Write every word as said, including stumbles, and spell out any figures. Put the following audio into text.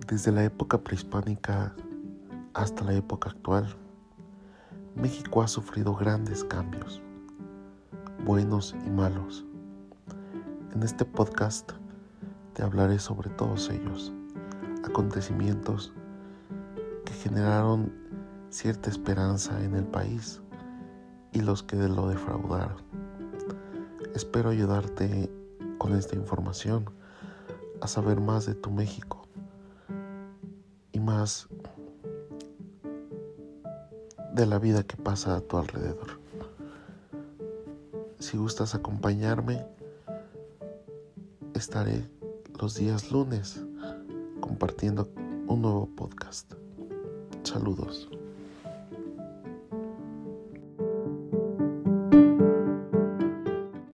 Desde la época prehispánica hasta la época actual, México ha sufrido grandes cambios, buenos y malos. En este podcast te hablaré sobre todos ellos, acontecimientos que generaron cierta esperanza en el país y los que lo defraudaron. Espero ayudarte con esta información a saber más de tu México y más de la vida que pasa a tu alrededor. Si gustas acompañarme, estaré los días lunes compartiendo un nuevo podcast. Saludos.